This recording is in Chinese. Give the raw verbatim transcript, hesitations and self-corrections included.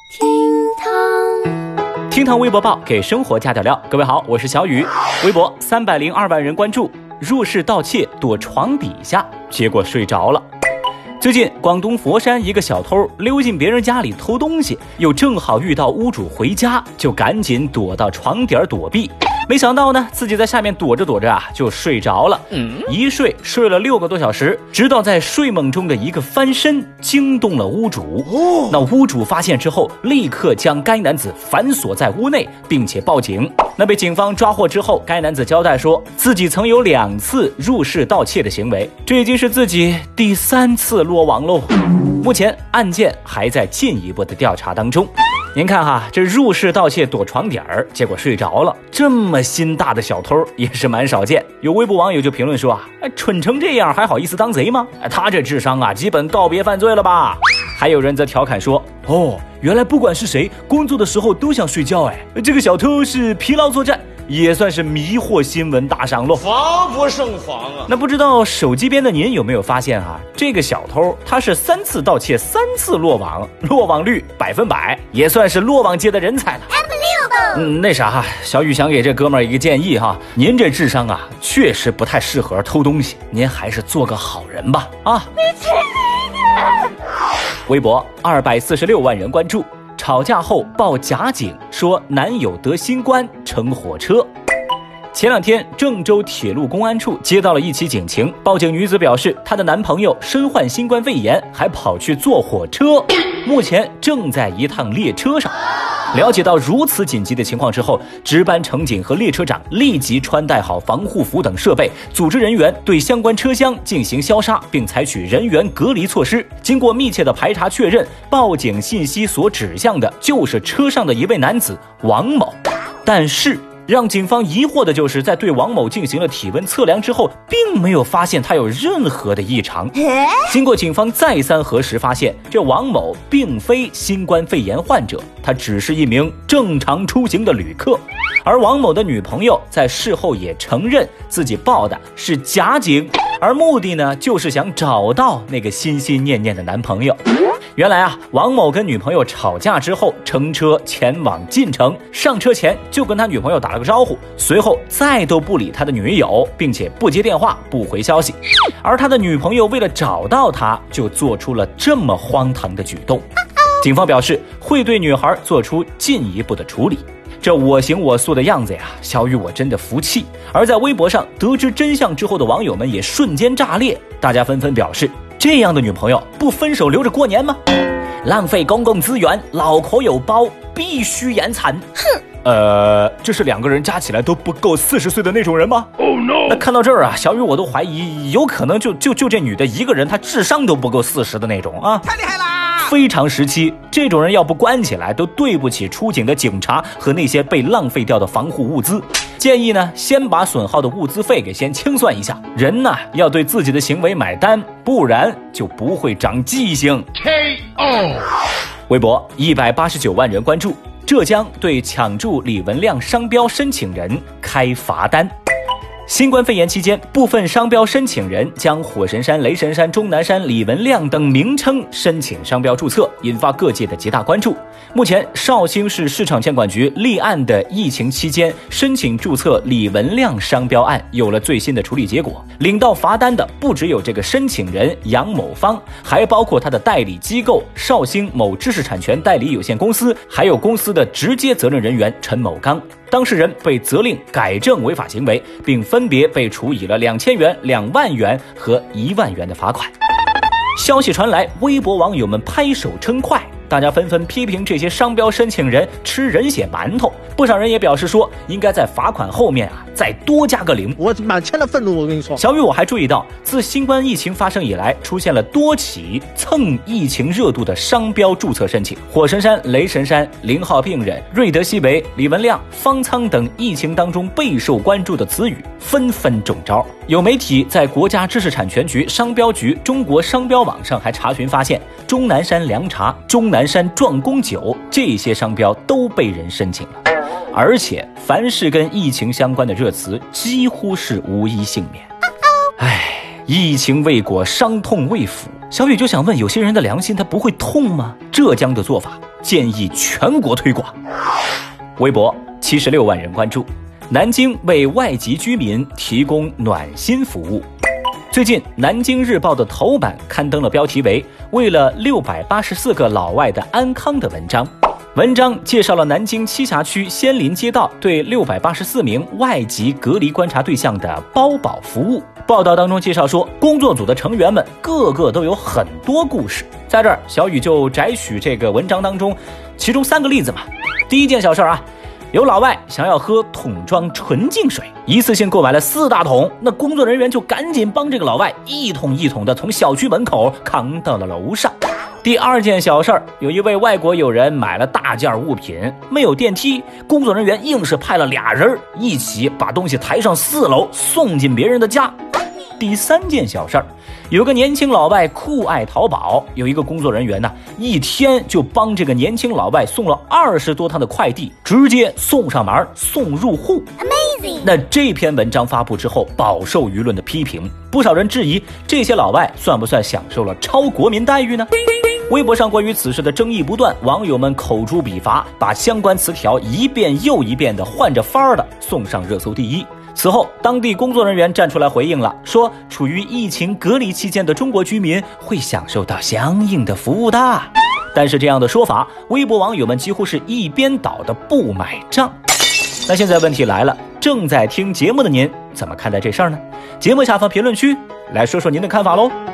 厅堂， 厅堂微博报给生活加点料。各位好，我是小雨，微博三百零二万人关注。入室盗窃躲床底下，结果睡着了。最近广东佛山一个小偷溜进别人家里偷东西，又正好遇到屋主回家，就赶紧躲到床底躲避。没想到呢，自己在下面躲着躲着啊，就睡着了。嗯，一睡睡了六个多小时，直到在睡梦中的一个翻身，惊动了屋主。哦，那屋主发现之后，立刻将该男子反锁在屋内，并且报警。那被警方抓获之后，该男子交代说，自己曾有两次入室盗窃的行为，这已经是自己第三次落网喽。目前案件还在进一步的调查当中。您看哈，这入室盗窃躲床底儿，结果睡着了，这么心大的小偷也是蛮少见。有微博网友就评论说啊，哎，蠢成这样还好意思当贼吗？哎，他这智商啊，基本告别犯罪了吧？还有人则调侃说，哦，原来不管是谁，工作的时候都想睡觉，哎，这个小偷是疲劳作战，也算是迷惑新闻大赏喽， 防不胜防啊！ 那不知道手机边的您有没有发现啊？这个小偷他是三次盗窃，三次落网，落网率百分百，也算是落网界的人才了。嗯，那啥哈，小雨想给这哥们儿一个建议哈，您这智商啊，确实不太适合偷东西，您还是做个好人吧啊！你去你的！微博二百四十六万人关注。吵架后报假警，说男友得新冠乘火车。前两天，郑州铁路公安处接到了一起警情，报警女子表示，她的男朋友身患新冠肺炎，还跑去坐火车，目前正在一趟列车上。了解到如此紧急的情况之后，值班乘警和列车长立即穿戴好防护服等设备，组织人员对相关车厢进行消杀，并采取人员隔离措施。经过密切的排查确认，报警信息所指向的就是车上的一位男子王某。但是让警方疑惑的就是，在对王某进行了体温测量之后，并没有发现他有任何的异常。经过警方再三核实，发现这王某并非新冠肺炎患者，他只是一名正常出行的旅客。而王某的女朋友在事后也承认自己报的是假警，而目的呢，就是想找到那个心心念念的男朋友。原来啊，王某跟女朋友吵架之后，乘车前往晋城，上车前就跟他女朋友打了个招呼，随后再都不理他的女友，并且不接电话，不回消息。而他的女朋友为了找到他，就做出了这么荒唐的举动。警方表示会对女孩做出进一步的处理。这我行我素的样子呀，小雨我真的服气。而在微博上得知真相之后的网友们也瞬间炸裂，大家纷纷表示，这样的女朋友不分手留着过年吗？浪费公共资源，脑壳有包，必须严惩。哼，呃，这是两个人加起来都不够四十岁的那种人吗？ Oh no！ 那看到这儿啊，小雨我都怀疑，有可能就就就这女的一个人，她智商都不够四十的那种啊！太厉害啦！非常时期，这种人要不关起来，都对不起出警的警察和那些被浪费掉的防护物资。建议呢，先把损耗的物资费给先清算一下。人呢，要对自己的行为买单，不然就不会长记性。K O。微博一百八十九万人关注，浙江对抢注李文亮商标申请人开罚单。新冠肺炎期间，部分商标申请人将火神山、雷神山、钟南山、李文亮等名称申请商标注册，引发各界的极大关注。目前，绍兴市市场监管局立案的疫情期间申请注册李文亮商标案有了最新的处理结果。领到罚单的不只有这个申请人杨某芳，还包括他的代理机构绍兴某知识产权代理有限公司，还有公司的直接责任人员陈某刚。当事人被责令改正违法行为，并分别被处以了两千元、两万元和一万元的罚款。消息传来，微博网友们拍手称快，大家纷纷批评这些商标申请人吃人血馒头。不少人也表示说，应该在罚款后面啊再多加个零。 我满腔的愤怒，我跟你说。 小雨我还注意到，自新冠疫情发生以来，出现了多起蹭疫情热度的商标注册申请。火神山、雷神山、零号病人、瑞德西韦、李文亮、方舱等疫情当中备受关注的词语纷纷中招。有媒体在国家知识产权局、商标局、中国商标网上还查询发现，钟南山凉茶、钟南山壮宫酒这些商标都被人申请了。而且凡是跟疫情相关的热词几乎是无一幸免。唉，疫情未果，伤痛未抚。小雨就想问，有些人的良心他不会痛吗？浙江的做法建议全国推广。微博七十六万人关注，南京为外籍居民提供暖心服务。最近南京日报的头版刊登了标题为为了六百八十四个老外的安康的文章，文章介绍了南京栖霞区仙林街道对六百八十四名外籍隔离观察对象的包保服务。报道当中介绍说，工作组的成员们个个都有很多故事，在这儿小雨就摘取这个文章当中其中三个例子嘛。第一件小事啊，有老外想要喝桶装纯净水，一次性购买了四大桶，那工作人员就赶紧帮这个老外一桶一桶的从小区门口扛到了楼上。第二件小事儿，有一位外国友人买了大件物品，没有电梯，工作人员硬是派了俩人一起把东西抬上四楼送进别人的家。第三件小事儿，有个年轻老外酷爱淘宝，有一个工作人员呢，一天就帮这个年轻老外送了二十多趟的快递，直接送上门送入户。Amazing！ 那这篇文章发布之后，饱受舆论的批评，不少人质疑这些老外算不算享受了超国民待遇呢？微博上关于此事的争议不断，网友们口诛笔伐，把相关词条一遍又一遍的换着法儿的送上热搜第一。此后，当地工作人员站出来回应了，说处于疫情隔离期间的中国居民会享受到相应的服务的。但是这样的说法，微博网友们几乎是一边倒的不买账。那现在问题来了，正在听节目的您怎么看待这事儿呢？节目下方评论区来说说您的看法喽。